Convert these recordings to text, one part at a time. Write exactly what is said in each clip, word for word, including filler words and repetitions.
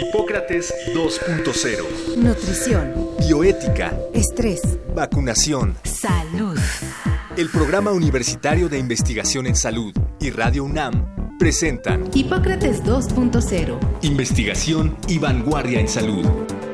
Hipócrates dos punto cero. Nutrición. Bioética. Estrés. Vacunación. Salud. El Programa Universitario de Investigación en Salud y Radio UNAM presentan Hipócrates dos punto cero. Investigación y vanguardia en salud.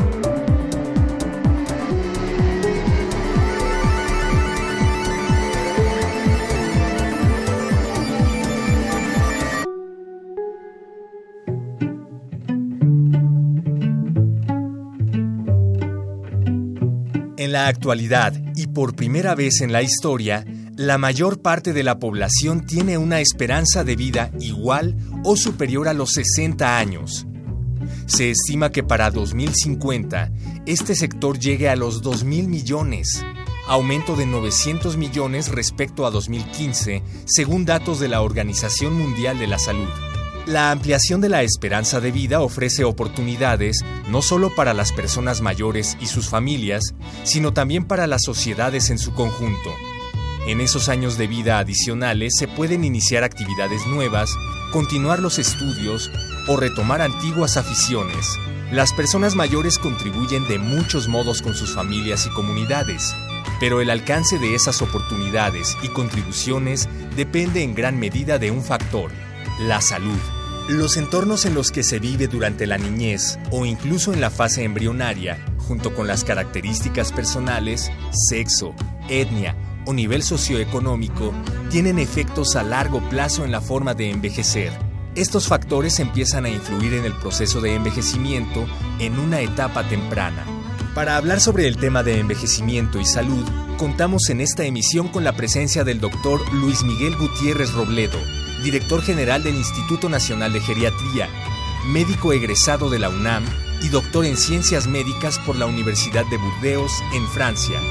En la actualidad, y por primera vez en la historia, la mayor parte de la población tiene una esperanza de vida igual o superior a los sesenta años. Se estima que para dos mil cincuenta, este sector llegue a los dos mil millones, aumento de novecientos millones respecto a dos mil quince, según datos de la Organización Mundial de la Salud. La ampliación de la esperanza de vida ofrece oportunidades no solo para las personas mayores y sus familias, sino también para las sociedades en su conjunto. En esos años de vida adicionales se pueden iniciar actividades nuevas, continuar los estudios o retomar antiguas aficiones. Las personas mayores contribuyen de muchos modos con sus familias y comunidades, pero el alcance de esas oportunidades y contribuciones depende en gran medida de un factor: la salud. Los entornos en los que se vive durante la niñez o incluso en la fase embrionaria, junto con las características personales, sexo, etnia o nivel socioeconómico, tienen efectos a largo plazo en la forma de envejecer. Estos factores empiezan a influir en el proceso de envejecimiento en una etapa temprana. Para hablar sobre el tema de envejecimiento y salud, contamos en esta emisión con la presencia del doctor Luis Miguel Gutiérrez Robledo, director general del Instituto Nacional de Geriatría, médico egresado de la UNAM y doctor en Ciencias Médicas por la Universidad de Burdeos, en Francia.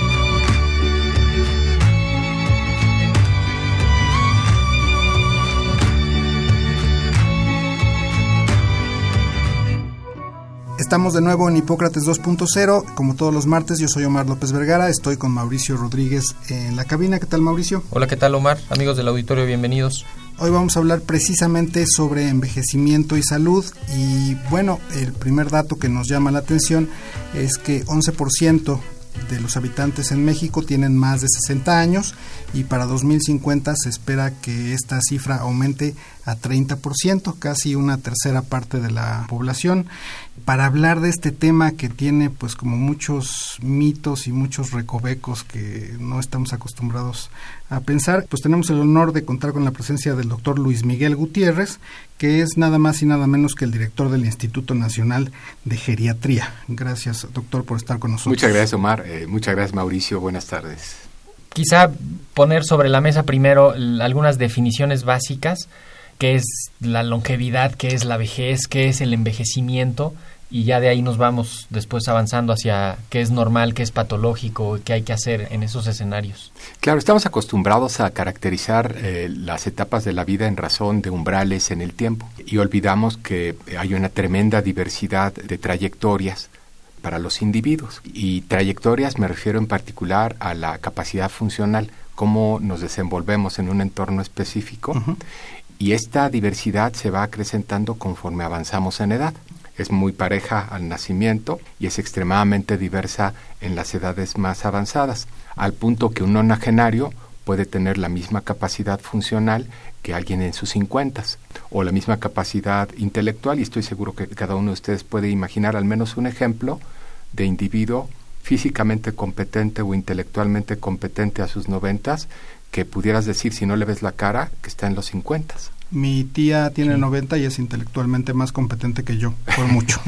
Estamos de nuevo en Hipócrates dos punto cero, como todos los martes. Yo soy Omar López Vergara, estoy con Mauricio Rodríguez en la cabina. ¿Qué tal, Mauricio? Hola, ¿qué tal, Omar? Amigos del auditorio, bienvenidos. Hoy vamos a hablar precisamente sobre envejecimiento y salud, y bueno, el primer dato que nos llama la atención es que once por ciento de los habitantes en México tienen más de sesenta años, y para dos mil cincuenta se espera que esta cifra aumente a treinta por ciento, casi una tercera parte de la población. Para hablar de este tema que tiene pues como muchos mitos y muchos recovecos que no estamos acostumbrados a pensar, pues tenemos el honor de contar con la presencia del doctor Luis Miguel Gutiérrez, que es nada más y nada menos que el director del Instituto Nacional de Geriatría. Gracias, doctor, por estar con nosotros. Muchas gracias, Omar. Eh, muchas gracias, Mauricio. Buenas tardes. Quizá poner sobre la mesa primero algunas definiciones básicas: qué es la longevidad, qué es la vejez, qué es el envejecimiento, y ya de ahí nos vamos después avanzando hacia qué es normal, qué es patológico, qué hay que hacer en esos escenarios. Claro, estamos acostumbrados a caracterizar eh, las etapas de la vida en razón de umbrales en el tiempo, y olvidamos que hay una tremenda diversidad de trayectorias para los individuos. Y trayectorias me refiero en particular a la capacidad funcional, cómo nos desenvolvemos en un entorno específico, uh-huh. Y esta diversidad se va acrecentando conforme avanzamos en edad. Es muy pareja al nacimiento y es extremadamente diversa en las edades más avanzadas, al punto que un nonagenario puede tener la misma capacidad funcional que alguien en sus cincuentas, o la misma capacidad intelectual, y estoy seguro que cada uno de ustedes puede imaginar al menos un ejemplo de individuo físicamente competente o intelectualmente competente a sus noventas, que pudieras decir, si no le ves la cara, que está en los cincuentas. Mi tía tiene sí. noventa y es intelectualmente más competente que yo, por mucho.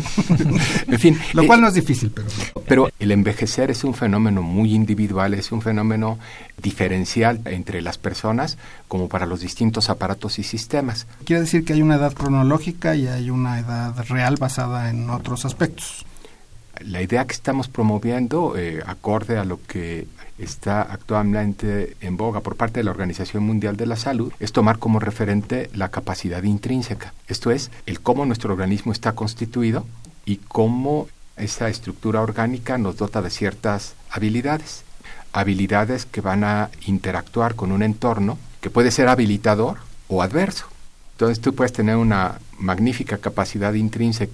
En fin. Lo cual eh, no es difícil, pero... Pero el envejecer es un fenómeno muy individual, es un fenómeno diferencial entre las personas, como para los distintos aparatos y sistemas. Quiere decir que hay una edad cronológica y hay una edad real basada en otros aspectos. La idea que estamos promoviendo, eh, acorde a lo que está actualmente en boga por parte de la Organización Mundial de la Salud, es tomar como referente la capacidad intrínseca. Esto es, el cómo nuestro organismo está constituido y cómo esa estructura orgánica nos dota de ciertas habilidades. Habilidades que van a interactuar con un entorno que puede ser habilitador o adverso. Entonces tú puedes tener una magnífica capacidad intrínseca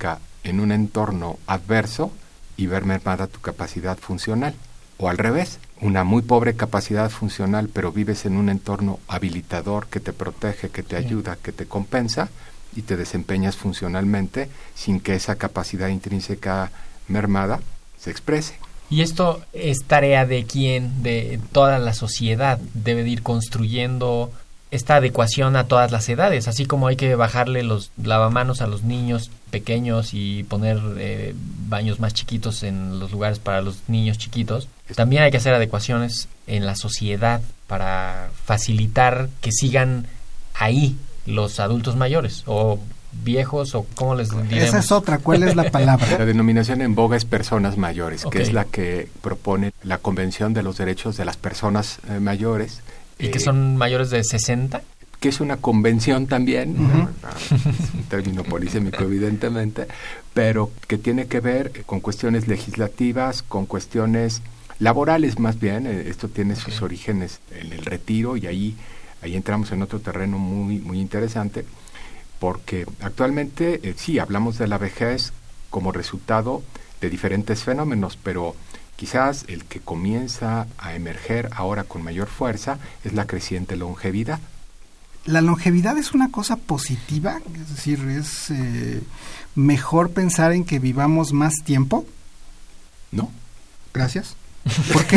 en un entorno adverso y ver mermada tu capacidad funcional. O al revés, una muy pobre capacidad funcional, pero vives en un entorno habilitador que te protege, que te ayuda, que te compensa y te desempeñas funcionalmente sin que esa capacidad intrínseca mermada se exprese. Y esto es tarea de quién, de toda la sociedad, debe de ir construyendo esta adecuación a todas las edades, así como hay que bajarle los lavamanos a los niños pequeños y poner eh, baños más chiquitos en los lugares para los niños chiquitos, también hay que hacer adecuaciones en la sociedad para facilitar que sigan ahí los adultos mayores o viejos o cómo les diremos. Esa es otra, ¿cuál es la palabra? La denominación en boga es personas mayores, Okay. que es la que propone la Convención de los Derechos de las Personas eh, Mayores. ¿Y eh, que son mayores de sesenta? Que es una convención también, Uh-huh. es un término polisémico evidentemente, pero que tiene que ver con cuestiones legislativas, con cuestiones laborales más bien. Eh, esto tiene sus Okay. orígenes en el retiro y ahí, ahí entramos en otro terreno muy, muy interesante, porque actualmente eh, sí hablamos de la vejez como resultado de diferentes fenómenos, pero quizás el que comienza a emerger ahora con mayor fuerza es la creciente longevidad. ¿La longevidad es una cosa positiva? Es decir, ¿es eh, mejor pensar en que vivamos más tiempo? ¿No? Gracias. ¿Por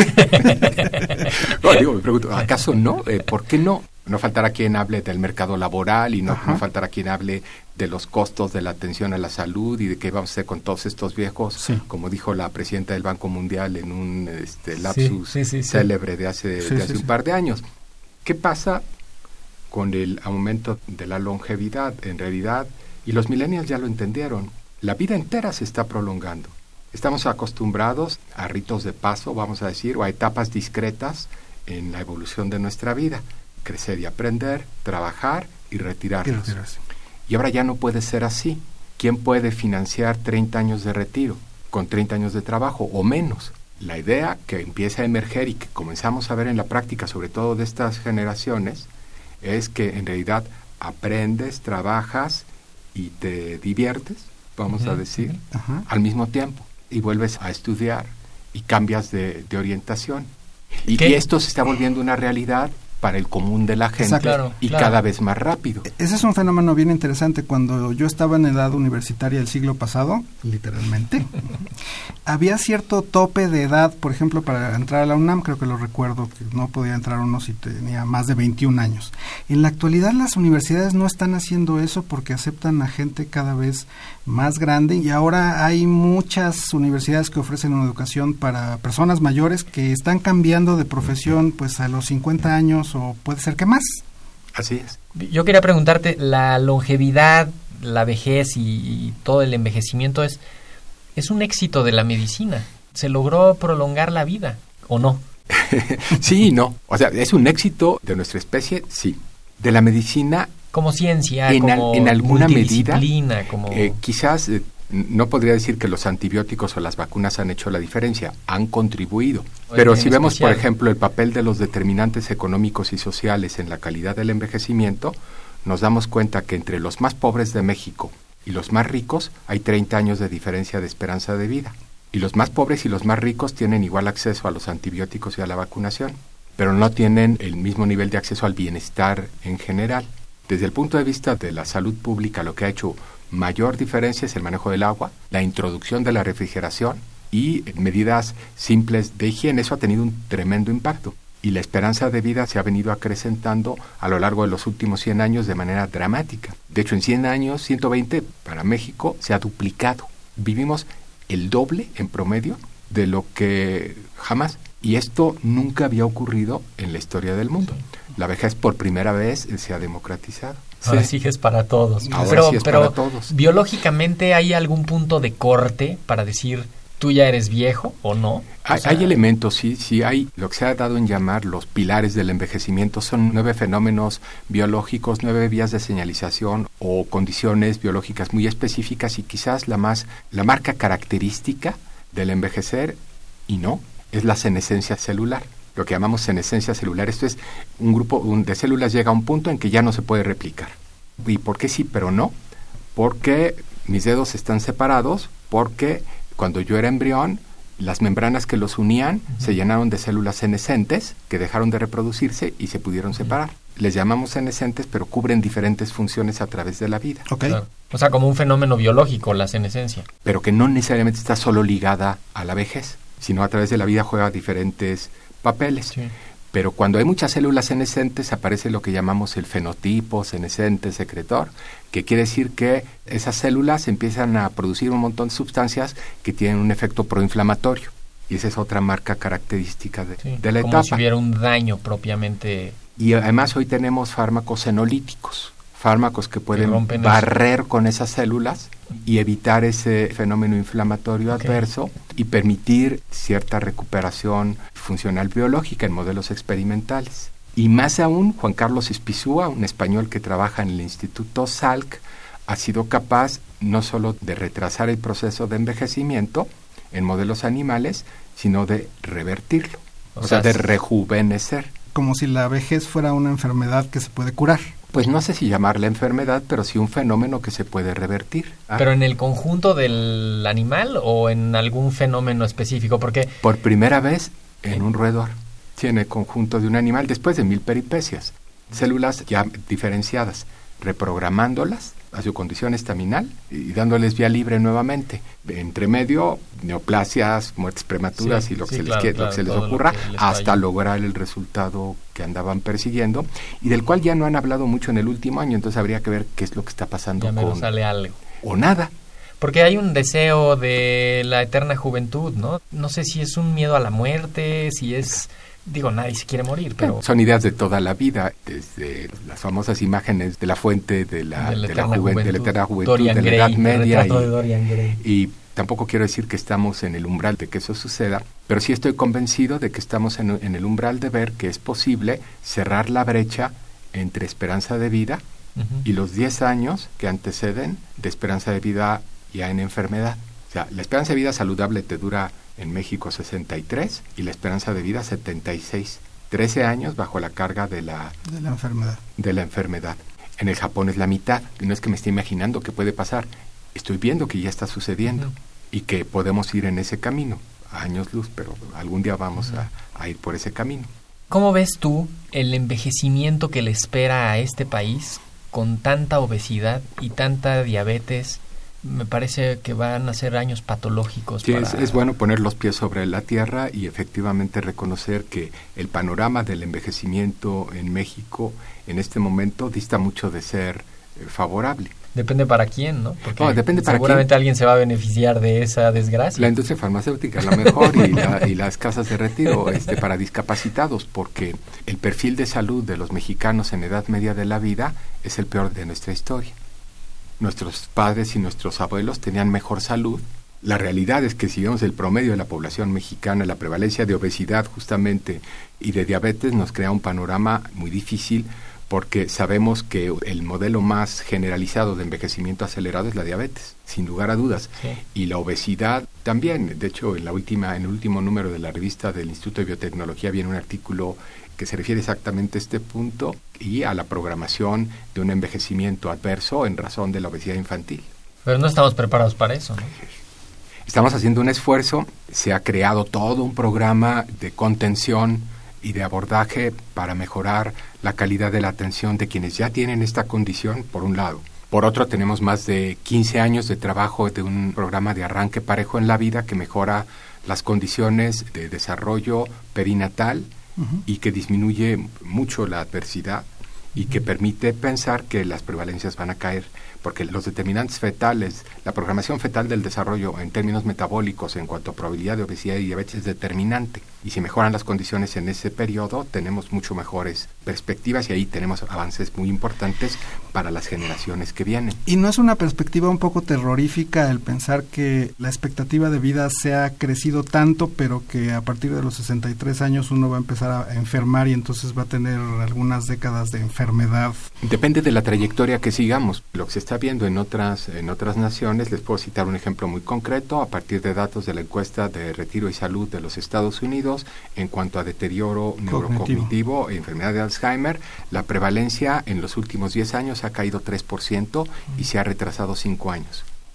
qué? No, digo, me pregunto, ¿acaso no? Eh, ¿Por qué no? No faltará quien hable del mercado laboral y no, no faltará quien hable de los costos de la atención a la salud y de qué vamos a hacer con todos estos viejos, Sí. como dijo la presidenta del Banco Mundial en un este, lapsus Sí, sí, sí, sí. célebre de hace, Sí, de sí, hace sí. un par de años. ¿Qué pasa con el aumento de la longevidad? En realidad, y los millennials ya lo entendieron, la vida entera se está prolongando. Estamos acostumbrados a ritos de paso, vamos a decir, o a etapas discretas en la evolución de nuestra vida. Crecer y aprender, trabajar y retirarnos. Y retirarse. Y ahora ya no puede ser así. ¿Quién puede financiar treinta años de retiro con treinta años de trabajo o menos? La idea que empieza a emerger y que comenzamos a ver en la práctica, sobre todo de estas generaciones, es que en realidad aprendes, trabajas y te diviertes, vamos Uh-huh, a decir, uh-huh. Ajá. al mismo tiempo. Y vuelves a estudiar y cambias de, de orientación. Y, ¿Qué? y esto se está volviendo una realidad para el común de la gente. Exacto. Claro, y claro. cada vez más rápido. Ese es un fenómeno bien interesante. Cuando yo estaba en edad universitaria del siglo pasado, literalmente, había cierto tope de edad, por ejemplo, para entrar a la UNAM, creo que lo recuerdo, que no podía entrar uno si tenía más de veintiún años. En la actualidad las universidades no están haciendo eso porque aceptan a gente cada vez más grande y ahora hay muchas universidades que ofrecen una educación para personas mayores que están cambiando de profesión pues a los cincuenta años o puede ser que más. Así es. Yo quería preguntarte, la longevidad, la vejez y, y todo el envejecimiento es, es un éxito de la medicina. ¿Se logró prolongar la vida o no? Sí y no. O sea, ¿es un éxito de nuestra especie? Sí. De la medicina, Como ciencia, en, al- como en alguna medida, multidisciplina, como... eh, quizás eh, no podría decir que los antibióticos o las vacunas han hecho la diferencia, han contribuido. Pero en si vemos, especial. por ejemplo, el papel de los determinantes económicos y sociales en la calidad del envejecimiento, nos damos cuenta que entre los más pobres de México y los más ricos hay treinta años de diferencia de esperanza de vida. Y los más pobres y los más ricos tienen igual acceso a los antibióticos y a la vacunación, pero no tienen el mismo nivel de acceso al bienestar en general. Desde el punto de vista de la salud pública, lo que ha hecho mayor diferencia es el manejo del agua, la introducción de la refrigeración y medidas simples de higiene. Eso ha tenido un tremendo impacto. Y la esperanza de vida se ha venido acrecentando a lo largo de los últimos cien años de manera dramática. De hecho, en cien años, ciento veinte para México se ha duplicado. Vivimos el doble en promedio de lo que jamás. Y esto nunca había ocurrido en la historia del mundo. La vejez por primera vez se ha democratizado. Ahora sí que es para todos. Ahora pero sí es pero para todos. biológicamente hay algún punto de corte para decir tú ya eres viejo o no. Hay, O sea, hay elementos, sí, sí hay. Lo que se ha dado en llamar los pilares del envejecimiento son nueve fenómenos biológicos, nueve vías de señalización o condiciones biológicas muy específicas y quizás la más, la marca característica del envejecer, y no, es la senescencia celular. Lo que llamamos senescencia celular. Esto es un grupo un, de células llega a un punto en que ya no se puede replicar. ¿Y por qué sí, pero no? Porque Mis dedos están separados porque cuando yo era embrión, las membranas que los unían uh-huh. se llenaron de células senescentes que dejaron de reproducirse y se pudieron uh-huh. separar. Les llamamos senescentes, pero cubren diferentes funciones a través de la vida. Okay. Claro. O sea, como un fenómeno biológico, la senescencia. Pero que no necesariamente está solo ligada a la vejez, sino a través de la vida juega diferentes papeles. Sí. Pero cuando hay muchas células senescentes aparece lo que llamamos el fenotipo senescente secretor, que quiere decir que esas células empiezan a producir un montón de sustancias que tienen un efecto proinflamatorio. Y esa es otra marca característica de, sí, de la como etapa. Si hubiera un daño propiamente. Y además hoy tenemos fármacos senolíticos, fármacos que pueden que barrer eso. con esas células y evitar ese fenómeno inflamatorio okay. adverso y permitir cierta recuperación funcional biológica en modelos experimentales. Y más aún, Juan Carlos Ispizúa, un español que trabaja en el Instituto Salk, ha sido capaz no solo de retrasar el proceso de envejecimiento en modelos animales, sino de revertirlo, o, o sea, sea, de rejuvenecer. Como si la vejez fuera una enfermedad que se puede curar. Pues no sé si llamarla enfermedad, pero sí un fenómeno que se puede revertir. ¿Ah? ¿Pero en el conjunto del animal o en algún fenómeno específico? Porque por primera vez en un roedor, sí, en el conjunto de un animal, después de mil peripecias. Células ya diferenciadas, reprogramándolas a su condición estaminal y dándoles vía libre nuevamente. Entre medio, neoplasias, muertes prematuras sí, y lo que sí, se claro, les, quiera, claro, lo que se les todo ocurra, que les hasta vaya. lograr el resultado que andaban persiguiendo y del cual ya no han hablado mucho en el último año, entonces habría que ver qué es lo que está pasando ya con... sale algo. O nada. Porque hay un deseo de la eterna juventud, ¿no? No sé si es un miedo a la muerte, si es... Digo, nadie se quiere morir, pero... Son ideas de toda la vida, desde las famosas imágenes de la fuente de la, de la, de la, juventud, juventud, de la eterna juventud, Dorian de la Gray, Edad Media. El retrato de Dorian Gray. Y, y tampoco quiero decir que estamos en el umbral de que eso suceda, pero sí estoy convencido de que estamos en, en el umbral de ver que es posible cerrar la brecha entre esperanza de vida uh-huh. y los diez años que anteceden de esperanza de vida ya en enfermedad. O sea, la esperanza de vida saludable te dura en México sesenta y tres y la esperanza de vida setenta y seis. trece años bajo la carga de la, de la enfermedad. De la enfermedad. En el Japón es la mitad. Y no es que me esté imaginando qué puede pasar. Estoy viendo que ya está sucediendo uh-huh. y que podemos ir en ese camino. A años luz, pero algún día vamos uh-huh. a, a ir por ese camino. ¿Cómo ves tú el envejecimiento que le espera a este país con tanta obesidad y tanta diabetes? Me parece que van a ser años patológicos. Sí, para... es, es bueno poner los pies sobre la tierra y efectivamente reconocer que el panorama del envejecimiento en México en este momento dista mucho de ser eh, favorable. Depende para quién, ¿no? Porque no, depende para seguramente quién. Alguien se va a beneficiar de esa desgracia. La industria farmacéutica, a lo mejor, y, la, y las casas de retiro este, para discapacitados, porque el perfil de salud de los mexicanos en edad media de la vida es el peor de nuestra historia. Nuestros padres y nuestros abuelos tenían mejor salud. La realidad es que si vemos el promedio de la población mexicana, la prevalencia de obesidad justamente y de diabetes nos crea un panorama muy difícil porque sabemos que el modelo más generalizado de envejecimiento acelerado es la diabetes, sin lugar a dudas. Sí. Y la obesidad también. De hecho, en la última, en el último número de la revista del Instituto de Biotecnología viene un artículo que se refiere exactamente a este punto y a la programación de un envejecimiento adverso en razón de la obesidad infantil. Pero no estamos preparados para eso, ¿no? Estamos haciendo un esfuerzo, se ha creado todo un programa de contención y de abordaje para mejorar la calidad de la atención de quienes ya tienen esta condición, por un lado. Por otro, tenemos más de quince años de trabajo de un programa de arranque parejo en la vida que mejora las condiciones de desarrollo perinatal uh-huh. y que disminuye mucho la adversidad y que permite pensar que las prevalencias van a caer, porque los determinantes fetales, la programación fetal del desarrollo en términos metabólicos en cuanto a probabilidad de obesidad y diabetes es determinante. Y si mejoran las condiciones en ese periodo, tenemos mucho mejores perspectivas y ahí tenemos avances muy importantes para las generaciones que vienen. ¿Y no es una perspectiva un poco terrorífica el pensar que la expectativa de vida se ha crecido tanto, pero que a partir de los sesenta y tres años uno va a empezar a enfermar y entonces va a tener algunas décadas de enfermedad? Depende de la trayectoria que sigamos. Lo que se está viendo en otras, en otras naciones, les puedo citar un ejemplo muy concreto, a partir de datos de la encuesta de retiro y salud de los Estados Unidos, en cuanto a deterioro neurocognitivo e enfermedad de Alzheimer, la prevalencia en los últimos diez años ha caído tres por ciento y se ha retrasado cinco años.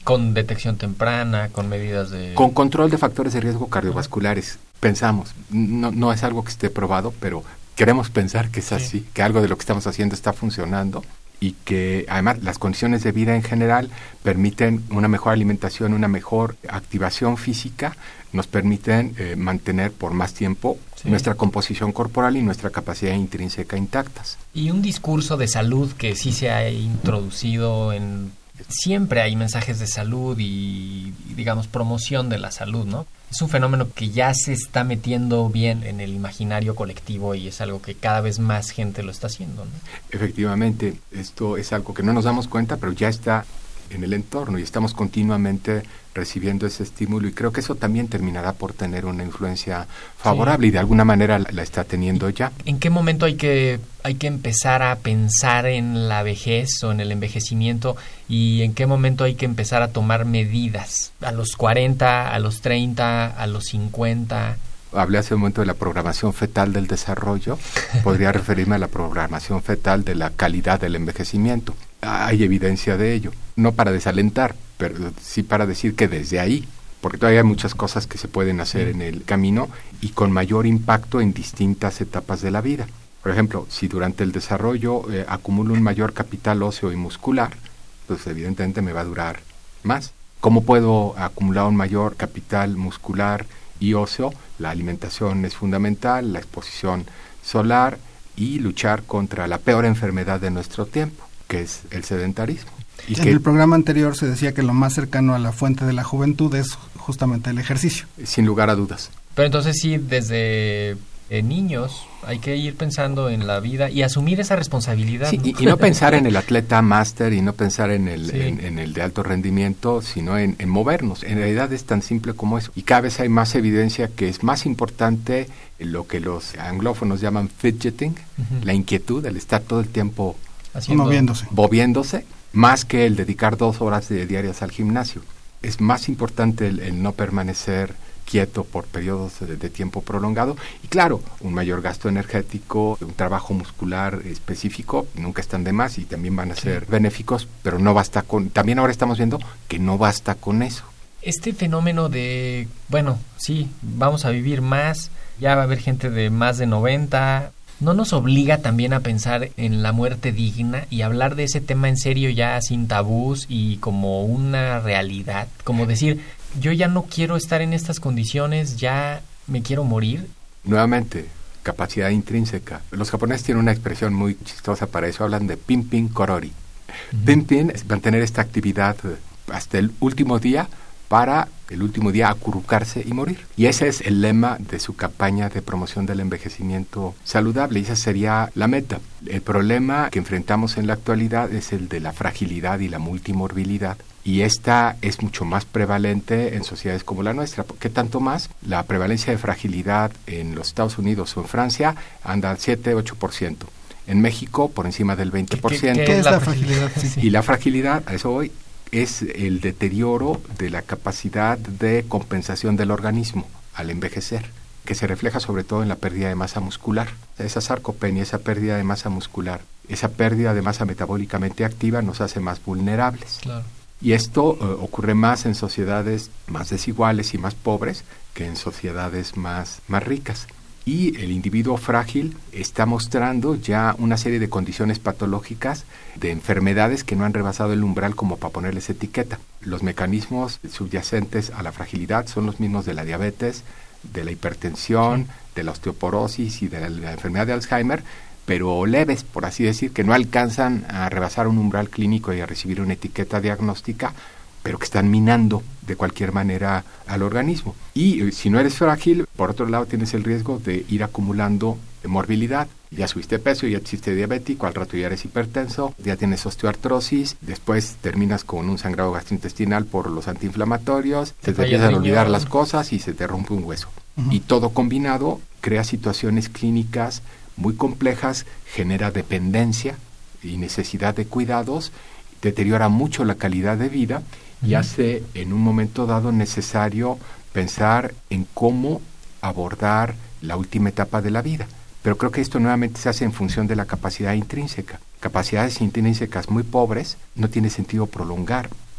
Con detección temprana, con medidas de... Con control de factores de riesgo cardiovasculares. Pensamos, no, no es algo que esté probado, pero queremos pensar que es Sí. así, que algo de lo que estamos haciendo está funcionando y que además las condiciones de vida en general permiten una mejor alimentación, una mejor activación física, nos permiten eh, mantener por más tiempo Sí. nuestra composición corporal y nuestra capacidad intrínseca intactas. Y un discurso de salud que sí se ha introducido en... Siempre hay mensajes de salud y, y, digamos, promoción de la salud, ¿no? Es un fenómeno que ya se está metiendo bien en el imaginario colectivo y es algo que cada vez más gente lo está haciendo, ¿no? Efectivamente, esto es algo que no nos damos cuenta, pero ya está en el entorno y estamos continuamente recibiendo ese estímulo y creo que eso también terminará por tener una influencia favorable Sí. y de alguna manera la, la está teniendo ya. ¿En qué momento hay que hay que empezar a pensar en la vejez o en el envejecimiento y en qué momento hay que empezar a tomar medidas? ¿A los cuarenta, a los treinta, a los cincuenta? Hablé hace un momento de la programación fetal del desarrollo, podría referirme a la programación fetal de la calidad del envejecimiento. Hay evidencia de ello, no para desalentar, pero sí para decir que desde ahí, porque todavía hay muchas cosas que se pueden hacer en el camino y con mayor impacto en distintas etapas de la vida. Por ejemplo, si durante el desarrollo eh, acumulo un mayor capital óseo y muscular, pues evidentemente me va a durar más. ¿Cómo puedo acumular un mayor capital muscular y óseo? La alimentación es fundamental, la exposición solar y luchar contra la peor enfermedad de nuestro tiempo, que es el sedentarismo. Y en que, el programa anterior se decía que lo más cercano a la fuente de la juventud es justamente el ejercicio. sin lugar a dudas. Pero entonces sí, desde eh, niños hay que ir pensando en la vida y asumir esa responsabilidad. Sí, ¿no? y, y no pensar en el atleta máster y no pensar en el, Sí. en, en el de alto rendimiento, sino en, en movernos. En realidad es tan simple como eso. Y cada vez hay más evidencia que es más importante lo que los anglófonos llaman fidgeting, Ujú. la inquietud, el estar todo el tiempo Haciendo- Moviéndose. moviéndose, más que el dedicar dos horas de, diarias al gimnasio. Es más importante el, el no permanecer quieto por periodos de, de tiempo prolongado y claro, un mayor gasto energético, un trabajo muscular específico, nunca están de más y también van a ser benéficos, pero no basta con, también ahora estamos viendo que no basta con eso. Este fenómeno de, bueno, sí, vamos a vivir más, ya va a haber gente de más de noventa, ¿no nos obliga también a pensar en la muerte digna y hablar de ese tema en serio ya sin tabús y como una realidad? Como decir, yo ya no quiero estar en estas condiciones, ya me quiero morir. Nuevamente, capacidad intrínseca. Los japoneses tienen una expresión muy chistosa para eso, hablan de pimpin korori. Ujú. Pimpin es mantener esta actividad eh, hasta el último día para el último día acurrucarse y morir. Y ese es el lema de su campaña de promoción del envejecimiento saludable y esa sería la meta. El problema que enfrentamos en la actualidad es el de la fragilidad y la multimorbilidad. Y esta es mucho más prevalente en sociedades como la nuestra. ¿Qué tanto más? La prevalencia de fragilidad en los Estados Unidos o en Francia anda al siete ocho por ciento. En México, por encima del veinte por ciento. ¿Qué- ¿Qué es es la la fragilidad? fragilidad? Sí. Y la fragilidad, a eso voy, es el deterioro de la capacidad de compensación del organismo al envejecer, que se refleja sobre todo en la pérdida de masa muscular. Esa sarcopenia, esa pérdida de masa muscular, esa pérdida de masa metabólicamente activa nos hace más vulnerables. Claro. Y esto eh, ocurre más en sociedades más desiguales y más pobres que en sociedades más, más ricas. Y el individuo frágil está mostrando ya una serie de condiciones patológicas, de enfermedades que no han rebasado el umbral como para ponerles etiqueta. Los mecanismos subyacentes a la fragilidad son los mismos de la diabetes, de la hipertensión, de la osteoporosis y de la, la enfermedad de Alzheimer, pero leves, por así decir, que no alcanzan a rebasar un umbral clínico y a recibir una etiqueta diagnóstica, pero que están minando de cualquier manera al organismo. Y eh, si no eres frágil, por otro lado tienes el riesgo de ir acumulando morbilidad. Ya subiste peso, ya existe diabético, al rato ya eres hipertenso, ya tienes osteoartrosis, después terminas con un sangrado gastrointestinal por los antiinflamatorios, Te se te falla el empiezan a olvidar riñón. las cosas y se te rompe un hueso. Ujú. Y todo combinado crea situaciones clínicas muy complejas, genera dependencia y necesidad de cuidados, deteriora mucho la calidad de vida y Ujú. hace en un momento dado necesario pensar en cómo abordar la última etapa de la vida. Pero creo que esto nuevamente se hace en función de la capacidad intrínseca. Capacidades intrínsecas muy pobres no tiene sentido prolongar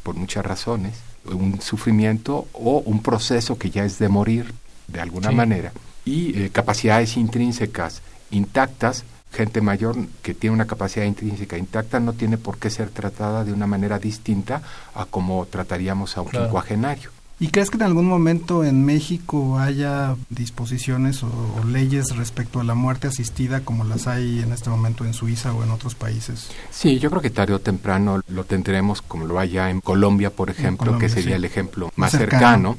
por muchas razones, un sufrimiento o un proceso que ya es de morir de alguna sí. manera, y eh, capacidades intrínsecas intactas. Gente mayor que tiene una capacidad intrínseca intacta no tiene por qué ser tratada de una manera distinta a como trataríamos a un claro. quincuagenario. ¿Y crees que en algún momento en México haya disposiciones o, o leyes respecto a la muerte asistida como las hay en este momento en Suiza o en otros países? Sí, yo creo que tarde o temprano lo tendremos, como lo hay ya en Colombia, por ejemplo, Colombia, que sería sí. el ejemplo más cercano. cercano.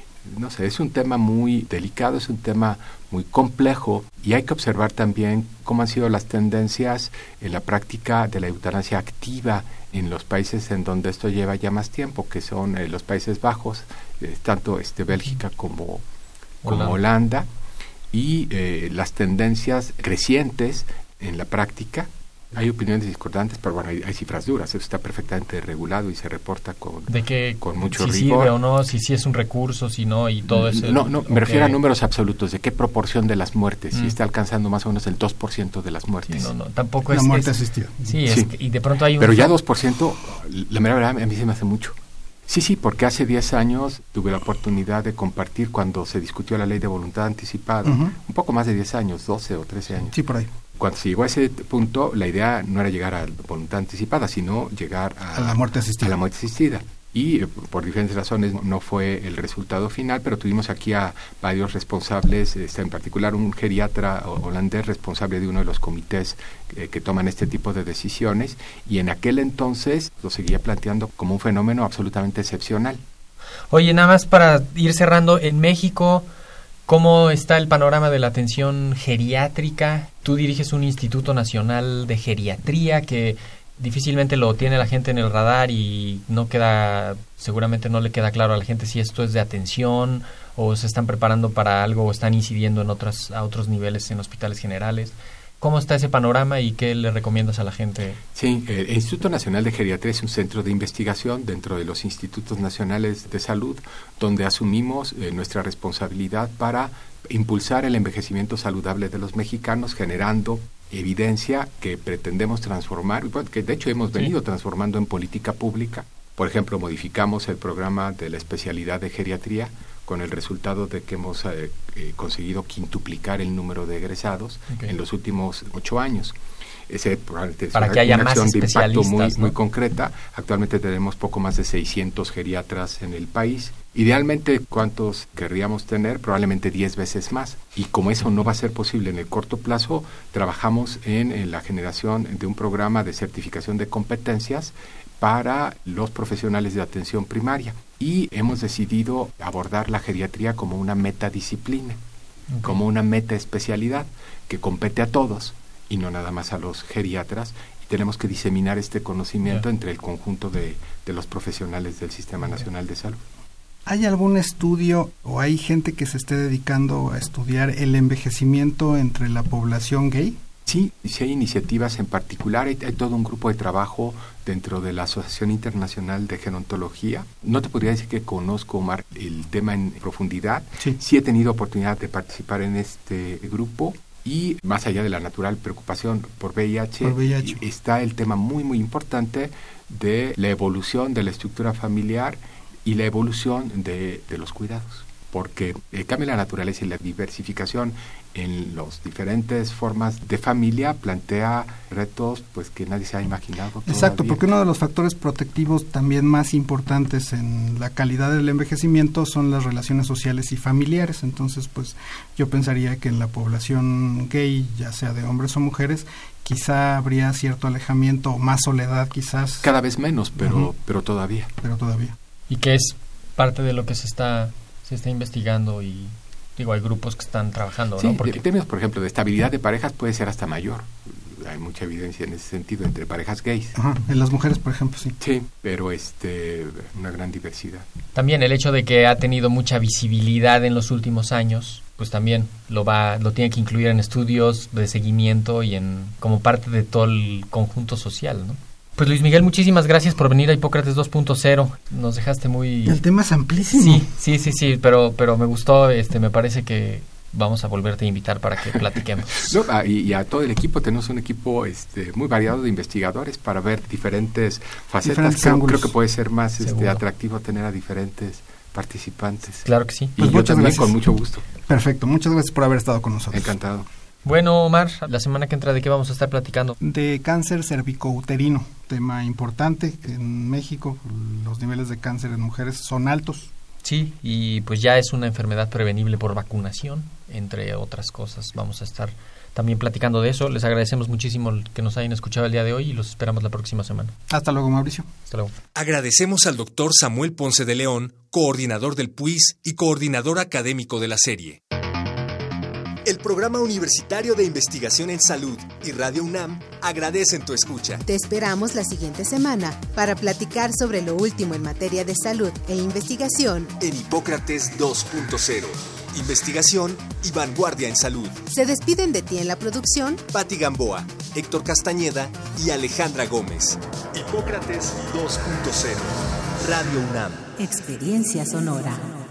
No sé, es un tema muy delicado, es un tema muy complejo, y hay que observar también cómo han sido las tendencias en la práctica de la eutanasia activa en los países en donde esto lleva ya más tiempo, que son eh, los Países Bajos, eh, tanto este Bélgica como, como Holanda, Holanda y eh, las tendencias crecientes en la práctica. Hay opiniones discordantes, pero bueno, hay, hay cifras duras. Eso está perfectamente regulado y se reporta con, de que con mucho si rigor. Sirve o no, si sí es un recurso, si no, y todo eso. No, no, me okay. refiero a números absolutos. ¿De qué proporción de las muertes? Mm. Si está alcanzando más o menos el dos por ciento de las muertes. Sí, no, no, tampoco la es... La muerte es, asistida. Sí, es, sí. y de pronto hay un... Pero ya dos por ciento, la mera verdad, a mí se me hace mucho. Sí, sí, porque hace diez años tuve la oportunidad de compartir cuando se discutió la ley de voluntad anticipada. Uh-huh. Un poco más de diez años, doce o trece años. Sí, por ahí. Cuando se llegó a ese punto, la idea no era llegar a la voluntad anticipada, sino llegar a, a la muerte asistida. A la muerte asistida. Y eh, por diferentes razones no fue el resultado final, pero tuvimos aquí a varios responsables, este, en particular un geriatra holandés responsable de uno de los comités eh, que toman este tipo de decisiones, y en aquel entonces lo seguía planteando como un fenómeno absolutamente excepcional. Oye, nada más para ir cerrando, en México, ¿cómo está el panorama de la atención geriátrica? Tú diriges un Instituto Nacional de Geriatría que difícilmente lo tiene la gente en el radar y no queda, seguramente no le queda claro a la gente si esto es de atención o se están preparando para algo o están incidiendo en otras, a otros niveles en hospitales generales. ¿Cómo está ese panorama y qué le recomiendas a la gente? Sí, el Instituto Nacional de Geriatría es un centro de investigación dentro de los Institutos Nacionales de Salud, donde asumimos eh, nuestra responsabilidad para impulsar el envejecimiento saludable de los mexicanos, generando evidencia que pretendemos transformar, que de hecho hemos venido sí. transformando en política pública. Por ejemplo, modificamos el programa de la especialidad de geriatría con el resultado de que hemos eh, eh, conseguido quintuplicar el número de egresados okay. en los últimos ocho años. Ese es para una, que haya una más acción de impacto muy, ¿no? muy concreta. Actualmente tenemos poco más de seiscientos geriatras en el país. Idealmente, ¿cuántos querríamos tener? Probablemente diez veces más. Y como eso no va a ser posible en el corto plazo, trabajamos en, en la generación de un programa de certificación de competencias para los profesionales de atención primaria. Y hemos decidido abordar la geriatría como una metadisciplina, okay. como una metaespecialidad que compete a todos y no nada más a los geriatras, y tenemos que diseminar este conocimiento yeah. entre el conjunto de, de los profesionales del Sistema Nacional de Salud. ¿Hay algún estudio o hay gente que se esté dedicando a estudiar el envejecimiento entre la población gay? Sí, sí hay iniciativas en particular, hay, hay todo un grupo de trabajo dentro de la Asociación Internacional de Gerontología. No te podría decir que conozco, Omar, el tema en profundidad. Sí. Sí he tenido oportunidad de participar en este grupo. Y más allá de la natural preocupación por V I H, por V I H, está el tema muy, muy importante de la evolución de la estructura familiar y la evolución de, de los cuidados. Porque el cambio de la naturaleza y la diversificación en las diferentes formas de familia plantea retos pues que nadie se ha imaginado todavía. Exacto, porque uno de los factores protectivos también más importantes en la calidad del envejecimiento son las relaciones sociales y familiares. Entonces, pues yo pensaría que en la población gay, ya sea de hombres o mujeres, quizá habría cierto alejamiento o más soledad quizás. Cada vez menos, pero uh-huh. pero todavía. Pero todavía. Y que es parte de lo que se está se está investigando y digo, hay grupos que están trabajando, sí, ¿no? Porque en términos, por ejemplo, de estabilidad de parejas puede ser hasta mayor. Hay mucha evidencia en ese sentido entre parejas gays. Ajá, en las mujeres, por ejemplo, sí. Sí, pero este una gran diversidad. También el hecho de que ha tenido mucha visibilidad en los últimos años, pues también lo va lo tiene que incluir en estudios de seguimiento y en como parte de todo el conjunto social, ¿no? Pues Luis Miguel, muchísimas gracias por venir a Hipócrates dos punto cero. Nos dejaste muy... El tema es amplísimo. Sí, sí, sí, sí, pero pero me gustó, este me parece que, vamos a volverte a invitar para que platiquemos. No, a, y, y a todo el equipo, tenemos un equipo este, muy variado de investigadores para ver diferentes facetas. Diferentes creo, ángulos. creo que puede ser más este, Seguro. atractivo tener a diferentes participantes. Claro que sí. Y Pues yo muchas también gracias. con mucho gusto. Perfecto, muchas gracias por haber estado con nosotros. Encantado. Bueno, Omar, la semana que entra, ¿de qué vamos a estar platicando? De cáncer cervicouterino, tema importante. En México los niveles de cáncer en mujeres son altos. Sí, y pues ya es una enfermedad prevenible por vacunación, entre otras cosas. Vamos a estar también platicando de eso. Les agradecemos muchísimo que nos hayan escuchado el día de hoy y los esperamos la próxima semana. Hasta luego, Mauricio. Hasta luego. Agradecemos al doctor Samuel Ponce de León, coordinador del P U I S y coordinador académico de la serie. El Programa Universitario de Investigación en Salud y Radio UNAM agradecen tu escucha. Te esperamos la siguiente semana para platicar sobre lo último en materia de salud e investigación En Hipócrates dos punto cero. Investigación y vanguardia en salud. Se despiden de ti en la producción Patti Gamboa, Héctor Castañeda y Alejandra Gómez. Hipócrates dos punto cero. Radio UNAM. Experiencia Sonora.